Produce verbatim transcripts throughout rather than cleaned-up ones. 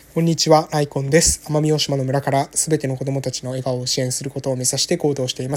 こんにちは、ライコンです。奄美大島の村からすべての子供たちの笑顔を支援することを目指して行動しています。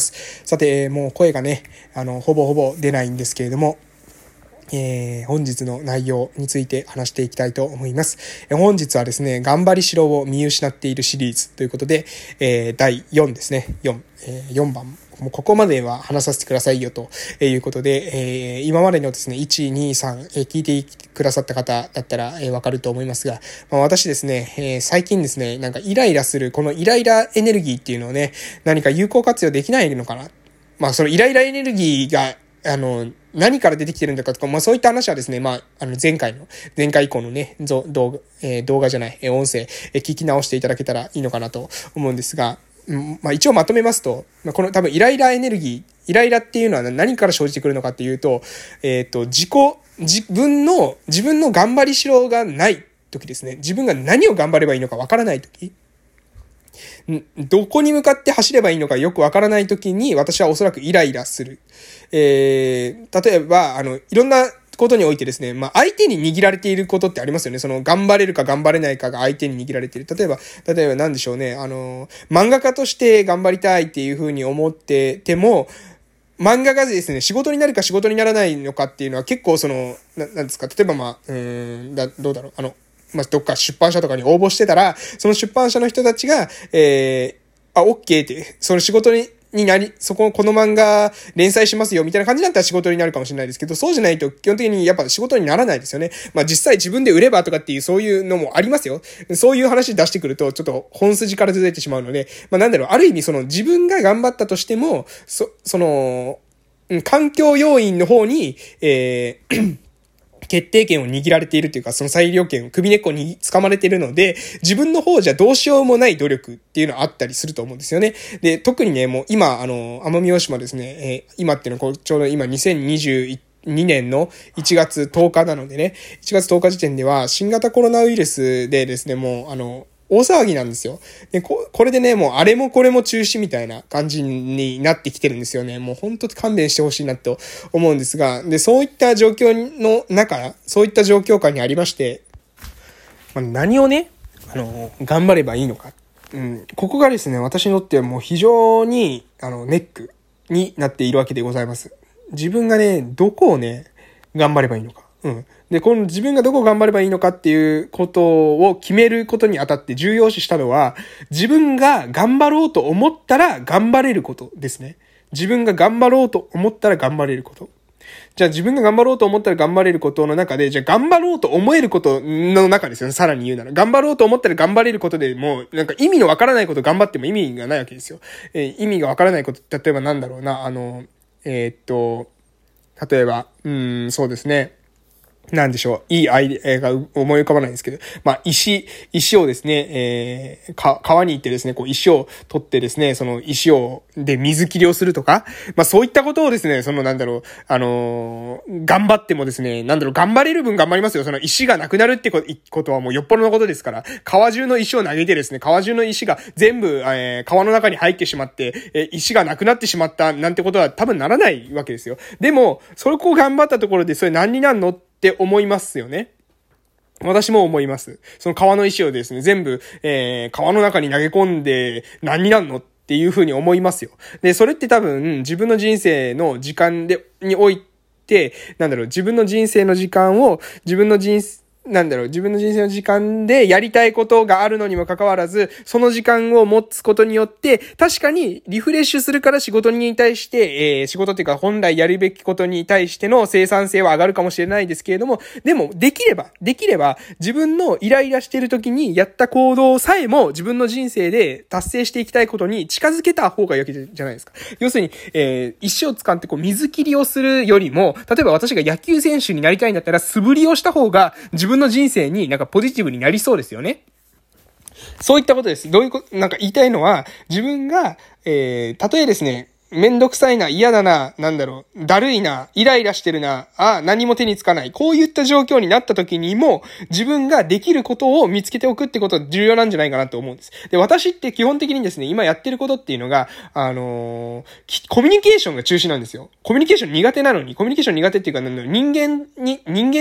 さて、もう声がね、あの、ほぼほぼ出ないんですけれども、えー、本日の内容について話していきたいと思います。えー、本日はですね、頑張りしろを見失っているシリーズということで、えー、だいよんですね、よん、えー、よんばん。もうここまでは話させてくださいよということで、えー、今までのですね、いち、に、さん、えー、聞いてくださった方だったら、えー、わかると思いますが、まあ、私ですね、えー、最近ですね、なんかイライラする、このイライラエネルギーっていうのをね、何か有効活用できないのかな。まあ、そのイライラエネルギーが、あの、何から出てきてるんだかとか、まあそういった話はですね、まあ、あの前回の、前回以降のね、動画、えー、動画じゃない、えー、音声、えー、聞き直していただけたらいいのかなと思うんですが、うん、まあ一応まとめますと、まあ、この多分イライラエネルギー、イライラっていうのは何から生じてくるのかっていうと、えっと、自己、自分の、自分の頑張りしろがない時ですね。自分が何を頑張ればいいのかわからない時。どこに向かって走ればいいのかよくわからないときに私はおそらくイライラする。えー、例えば、あの、いろんなことにおいてですね、まあ、相手に握られていることってありますよね。その、頑張れるか頑張れないかが相手に握られている。例えば、例えば何でしょうね。あの、漫画家として頑張りたいっていうふうに思ってても、漫画がですね、仕事になるか仕事にならないのかっていうのは結構その、な、なんですか、例えばまあ、うーん、だ、どうだろう、あの、まあ、どっか出版社とかに応募してたら、その出版社の人たちが、えー、あ、オッケーって、その仕事に、になり、そこ、この漫画連載しますよ、みたいな感じだったら仕事になるかもしれないですけど、そうじゃないと基本的にやっぱ仕事にならないですよね。まあ実際自分で売ればとかっていうそういうのもありますよ。そういう話出してくると、ちょっと本筋からずれてしまうので、まあなんだろう、ある意味その自分が頑張ったとしても、そ、その、環境要因の方に、えー、決定権を握られているというか、その裁量権を首根っこに掴まれているので、自分の方じゃどうしようもない努力っていうのはあったりすると思うんですよね。で、特にね、もう今、あの、奄美大島ですね、えー、今っていうのはちょうど今にせんにじゅうにねんのいちがつとおかなのでね、いちがつとおか時点では新型コロナウイルスでですね、もう、あの、大騒ぎなんですよ。で、こ、これでね、もうあれもこれも中止みたいな感じになってきてるんですよね。もう本当勘弁してほしいなと思うんですが、で、そういった状況の中、そういった状況下にありまして、まあ、何をね、あの、頑張ればいいのか。うん、ここがですね、私にとってはもう非常に、あの、ネックになっているわけでございます。自分がね、どこをね、頑張ればいいのか。うん。で、この自分がどこを頑張ればいいのかっていうことを決めることにあたって重要視したのは、自分が頑張ろうと思ったら頑張れることですね。自分が頑張ろうと思ったら頑張れること。じゃあ自分が頑張ろうと思ったら頑張れることの中で、じゃあ頑張ろうと思えることの中ですよね。さらに言うなら。頑張ろうと思ったら頑張れることでもう、なんか意味のわからないこと頑張っても意味がないわけですよ。えー、意味がわからないこと、例えばなんだろうな、あの、えー、っと、例えば、うーん、そうですね。なんでしょう。いいアイデアが思い浮かばないんですけど。まあ、石、石をですね、えー、か、川に行ってですね、こう石を取ってですね、その石を、で水切りをするとか、まあそういったことをですね、そのなんだろう、あのー、頑張ってもですね、なんだろう、頑張れる分頑張りますよ。その石がなくなるってことはもうよっぽどのことですから、川中の石を投げてですね、川中の石が全部、えー、川の中に入ってしまって、えー、石がなくなってしまったなんてことは多分ならないわけですよ。でも、それこう頑張ったところでそれ何になんのって思いますよね。私も思います。その川の石をですね、全部、えー、川の中に投げ込んで何になんのっていう風に思いますよ。で、それって多分自分の人生の時間で、において、なんだろう、自分の人生の時間を、自分の人生、なんだろう、自分の人生の時間でやりたいことがあるのにもかかわらず、その時間を持つことによって、確かにリフレッシュするから仕事に対して、えー、仕事っていうか本来やるべきことに対しての生産性は上がるかもしれないですけれども、でも、できれば、できれば、自分のイライラしている時にやった行動さえも自分の人生で達成していきたいことに近づけた方がいいわけじゃないですか。要するに、えー、石を使ってこう水切りをするよりも、例えば私が野球選手になりたいんだったら素振りをした方が自分自分の人生になんかポジティブになりそうですよね。そういったことです。どういうこと、なんか言いたいのは、自分が、えー、たとえですね、めんどくさいな、嫌だな、なんだろう、だるいな、イライラしてるな、あ、何も手につかない。こういった状況になった時にも、自分ができることを見つけておくってことが重要なんじゃないかなと思うんです。で、私って基本的にですね、今やってることっていうのが、あのー、コミュニケーションが中心なんですよ。コミュニケーション苦手なのに、コミュニケーション苦手っていうか、なんだろう、人間に、人間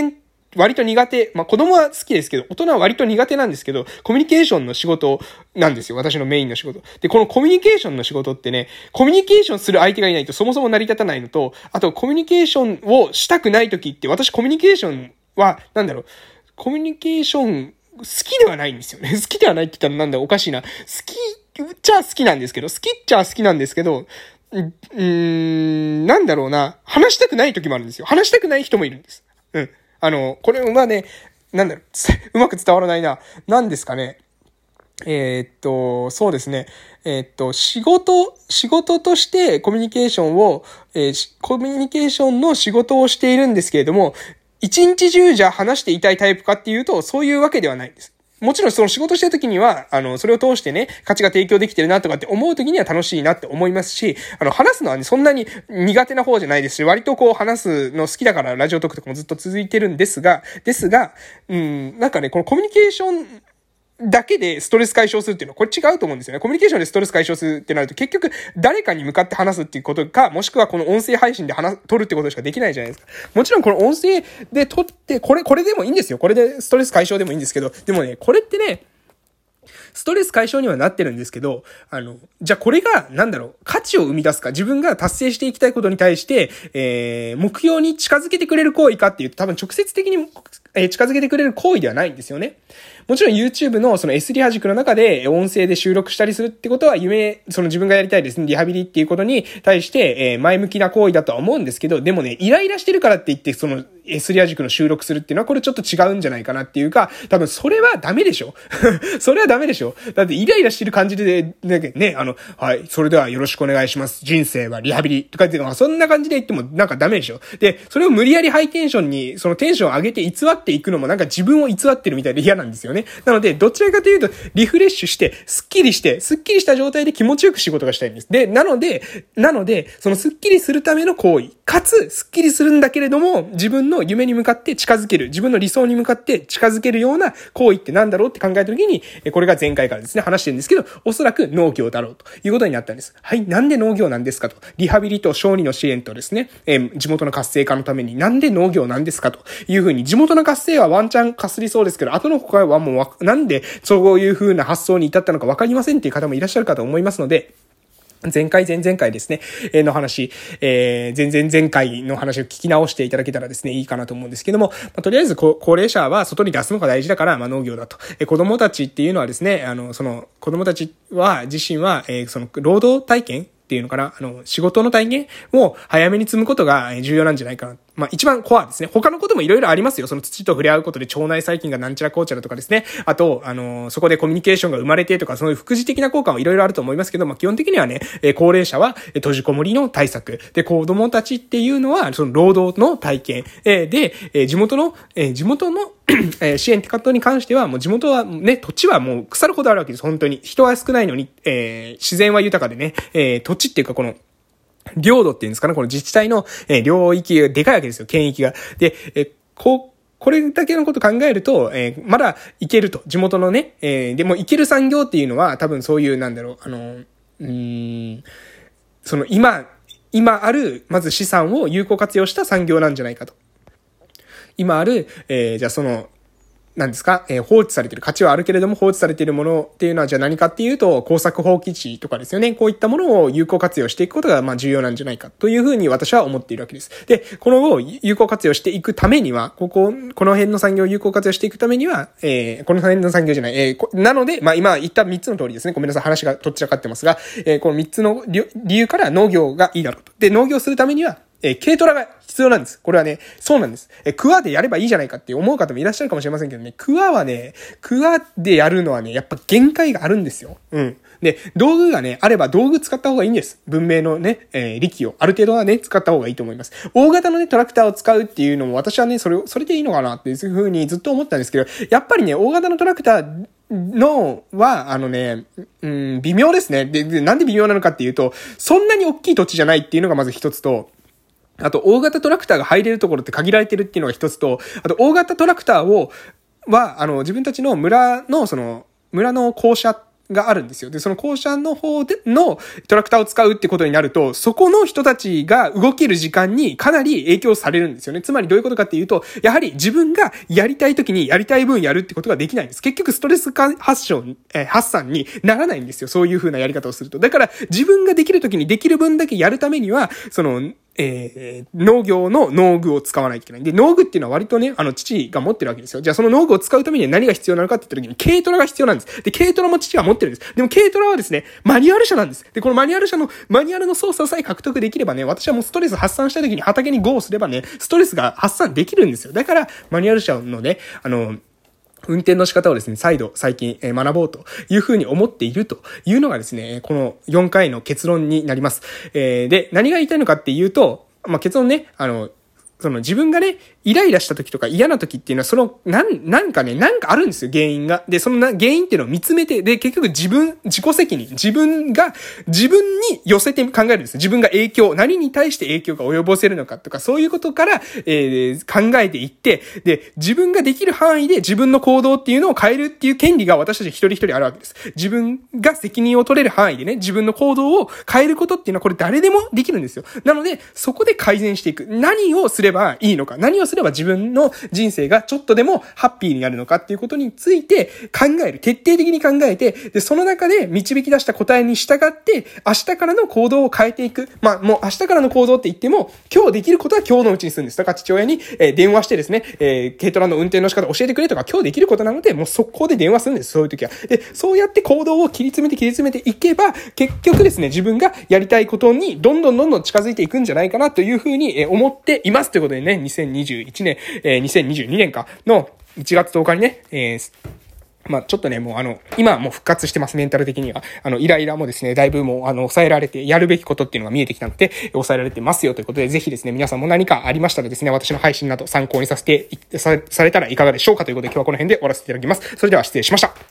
割と苦手。まあ、子供は好きですけど、大人は割と苦手なんですけど、コミュニケーションの仕事なんですよ。私のメインの仕事。で、このコミュニケーションの仕事ってね、コミュニケーションする相手がいないとそもそも成り立たないのと、あとコミュニケーションをしたくないときって、私コミュニケーションは、なんだろう、コミュニケーション好きではないんですよね。好きではないって言ったらなんだおかしいな。好きっちゃ好きなんですけど、好きっちゃ好きなんですけど、うーん、なんだろうな。話したくない時もあるんですよ。話したくない人もいるんです。うん。あの、これはね、なんだろう、うまく伝わらないな。何ですかね。えー、っと、そうですね。えー、っと、仕事、仕事としてコミュニケーションを、えー、コミュニケーションの仕事をしているんですけれども、一日中じゃ話していたいタイプかっていうと、そういうわけではないんです。もちろんその仕事してる時には、あの、それを通してね、価値が提供できてるなとかって思う時には楽しいなって思いますし、あの、話すのはね、そんなに苦手な方じゃないですし、割とこう話すの好きだからラジオトークとかもずっと続いてるんですが、ですが、うん、なんかね、このコミュニケーション、だけでストレス解消するっていうのは、これ違うと思うんですよね。コミュニケーションでストレス解消するってなると、結局、誰かに向かって話すっていうことか、もしくはこの音声配信で話、撮るってことしかできないじゃないですか。もちろんこの音声で撮って、これ、これでもいいんですよ。これでストレス解消でもいいんですけど、でもね、これってね、ストレス解消にはなってるんですけど、あの、じゃあこれが、なんだろう、価値を生み出すか、自分が達成していきたいことに対して、えー、目標に近づけてくれる行為かっていうと、多分直接的に、えー、近づけてくれる行為ではないんですよね。もちろん YouTube のその エス リハ塾の中で音声で収録したりするってことは夢、その自分がやりたいですね、リハビリっていうことに対して、えー、前向きな行為だとは思うんですけど、でもね、イライラしてるからって言って、その エス リハ塾の収録するっていうのはこれちょっと違うんじゃないかなっていうか、多分それはダメでしょそれはダメでしょだってイライラしてる感じで、ね、ね、あの、はい、それではよろしくお願いします。人生はリハビリとかっていうのは、そんな感じで言ってもなんかダメでしょで、それを無理やりハイテンションに、そのテンションを上げて偽っていくのもなんか自分を偽ってるみたいで嫌なんですよね。なので、どちらかというと、リフレッシュして、スッキリして、スッキリした状態で気持ちよく仕事がしたいんです。で、なので、なので、そのスッキリするための行為、かつ、スッキリするんだけれども、自分の夢に向かって近づける、自分の理想に向かって近づけるような行為ってなんだろうって考えたときに、これが前回からですね、話してるんですけど、おそらく農業だろうということになったんです。はい、なんで農業なんですかと。リハビリと小児の支援とですね、えー、地元の活性化のためになんで農業なんですかというふうに、地元の活性はワンチャンかすりそうですけど、後の他はもうなんでそういう風な発想に至ったのか分かりませんっていう方もいらっしゃるかと思いますので、前回、前々回ですね、えー、の話、えー、前々前回の話を聞き直していただけたらですね、いいかなと思うんですけども、まあ、とりあえず、高齢者は外に出すのが大事だから、まあ、農業だと。えー、子供たちっていうのはですね、あの、その、子供たちは、自身は、えー、その、労働体験っていうのかな、あの、仕事の体験を早めに積むことが重要なんじゃないかな。まあ一番コアですね。他のこともいろいろありますよ。その土と触れ合うことで腸内細菌がなんちゃらこうちゃらとかですね。あと、あのー、そこでコミュニケーションが生まれてとか、そういう副次的な効果もいろいろあると思いますけど、まあ基本的にはね、えー、高齢者は閉じこもりの対策。で、子供たちっていうのは、その労働の体験。えー、で、えー、地元の、えー、地元のえー、支援ってことに関しては、もう地元はね、土地はもう腐るほどあるわけです。本当に。人は少ないのに、えー、自然は豊かでね、えー、土地っていうかこの、領土っていうんですかね、この自治体の、えー、領域がでかいわけですよ、県域が。で、えー、こう、これだけのこと考えると、えー、まだいけると。地元のね、えー、でもいける産業っていうのは、多分そういう、なんだろう、あの、うーん、その今、今ある、まず資産を有効活用した産業なんじゃないかと。今ある、えー、じゃあその、なんですか、えー、放置されている、価値はあるけれども放置されているものっていうのはじゃあ何かっていうと、耕作放棄地とかですよね。こういったものを有効活用していくことがまあ重要なんじゃないかというふうに私は思っているわけです。で、この有効活用していくためには、ここ、この辺の産業を有効活用していくためには、えー、この辺の産業じゃない、えー、なので、まあ今言ったみっつの通りですね。ごめんなさい、話がどちらかってますが、えー、このみっつの理由から農業がいいだろうと。で、農業するためには、えー、軽トラが必要なんです。これはね、そうなんです。えー、クワでやればいいじゃないかって思う方もいらっしゃるかもしれませんけどね、クワはね、クワでやるのはね、やっぱ限界があるんですよ。うん。で、道具がね、あれば道具使った方がいいんです。文明のね、えー、力をある程度はね、使った方がいいと思います。大型のね、トラクターを使うっていうのも私はね、それを、それでいいのかなっていうふうにずっと思ったんですけど、やっぱりね、大型のトラクター、のは、あのね、うん、微妙ですね。で、で、なんで微妙なのかっていうと、そんなに大きい土地じゃないっていうのがまず一つと、あと、大型トラクターが入れるところって限られてるっていうのが一つと、あと、大型トラクターを、は、あの、自分たちの村の、その、村の校舎があるんですよ。で、その校舎の方でのトラクターを使うってことになると、そこの人たちが動ける時間にかなり影響されるんですよね。つまりどういうことかっていうと、やはり自分がやりたい時にやりたい分やるってことができないんです。結局ストレス発症、えー、発散にならないんですよ。そういう風なやり方をすると。だから自分ができる時にできる分だけやるためには、その、えー、農業の農具を使わないといけない。で、農具っていうのは割とね、あの、父が持ってるわけですよ。じゃあその農具を使うためには何が必要なのかって言った時に、軽トラが必要なんです。で、軽トラも父が持ってるんです。でも軽トラはですね、マニュアル車なんです。で、このマニュアル車の、マニュアルの操作さえ獲得できればね、私はもうストレス発散した時に畑にゴーすればね、ストレスが発散できるんですよ。だから、マニュアル車のね、あの、運転の仕方をですね、再度最近学ぼうというふうに思っているというのがですね、このよんかいの結論になります。えー、で、何が言いたいのかっていうと、まあ、結論ね、あの、その自分がね、イライラした時とか嫌な時っていうのは、その、なん、なんかね、なんかあるんですよ、原因が。で、そのな原因っていうのを見つめて、で、結局自分、自己責任、自分が、自分に寄せて考えるんです。自分が影響、何に対して影響が及ぼせるのかとか、そういうことから、えー、考えていって、で、自分ができる範囲で自分の行動っていうのを変えるっていう権利が私たち一人一人あるわけです。自分が責任を取れる範囲でね、自分の行動を変えることっていうのは、これ誰でもできるんですよ。なので、そこで改善していく。何をすればいいのか、何をすれば自分の人生がちょっとでもハッピーになるのかっていうことについて考える。徹底的に考えて、で、その中で導き出した答えに従って、明日からの行動を変えていく。まあ、もう明日からの行動って言っても、今日できることは今日のうちにするんです。だから父親に、えー、電話してですね、えー、軽トラの運転の仕方教えてくれとか、今日できることなので、もう速攻で電話するんです。そういう時は。で、そうやって行動を切り詰めて切り詰めていけば、結局ですね、自分がやりたいことにどんどんどんどん近づいていくんじゃないかなというふうに思っています。ということでね、にせんにじゅういちねん、えー、にせんにじゅうにねんかのいちがつとおかにね、えー、まあちょっとね、もうあの、今はもう復活してます、メンタル的には。あの、イライラもですね、だいぶもう、あの、抑えられて、やるべきことっていうのが見えてきたので、抑えられてますよということで、ぜひですね、皆さんも何かありましたらですね、私の配信など参考にさせて、さ、されたらいかがでしょうかということで、今日はこの辺で終わらせていただきます。それでは失礼しました。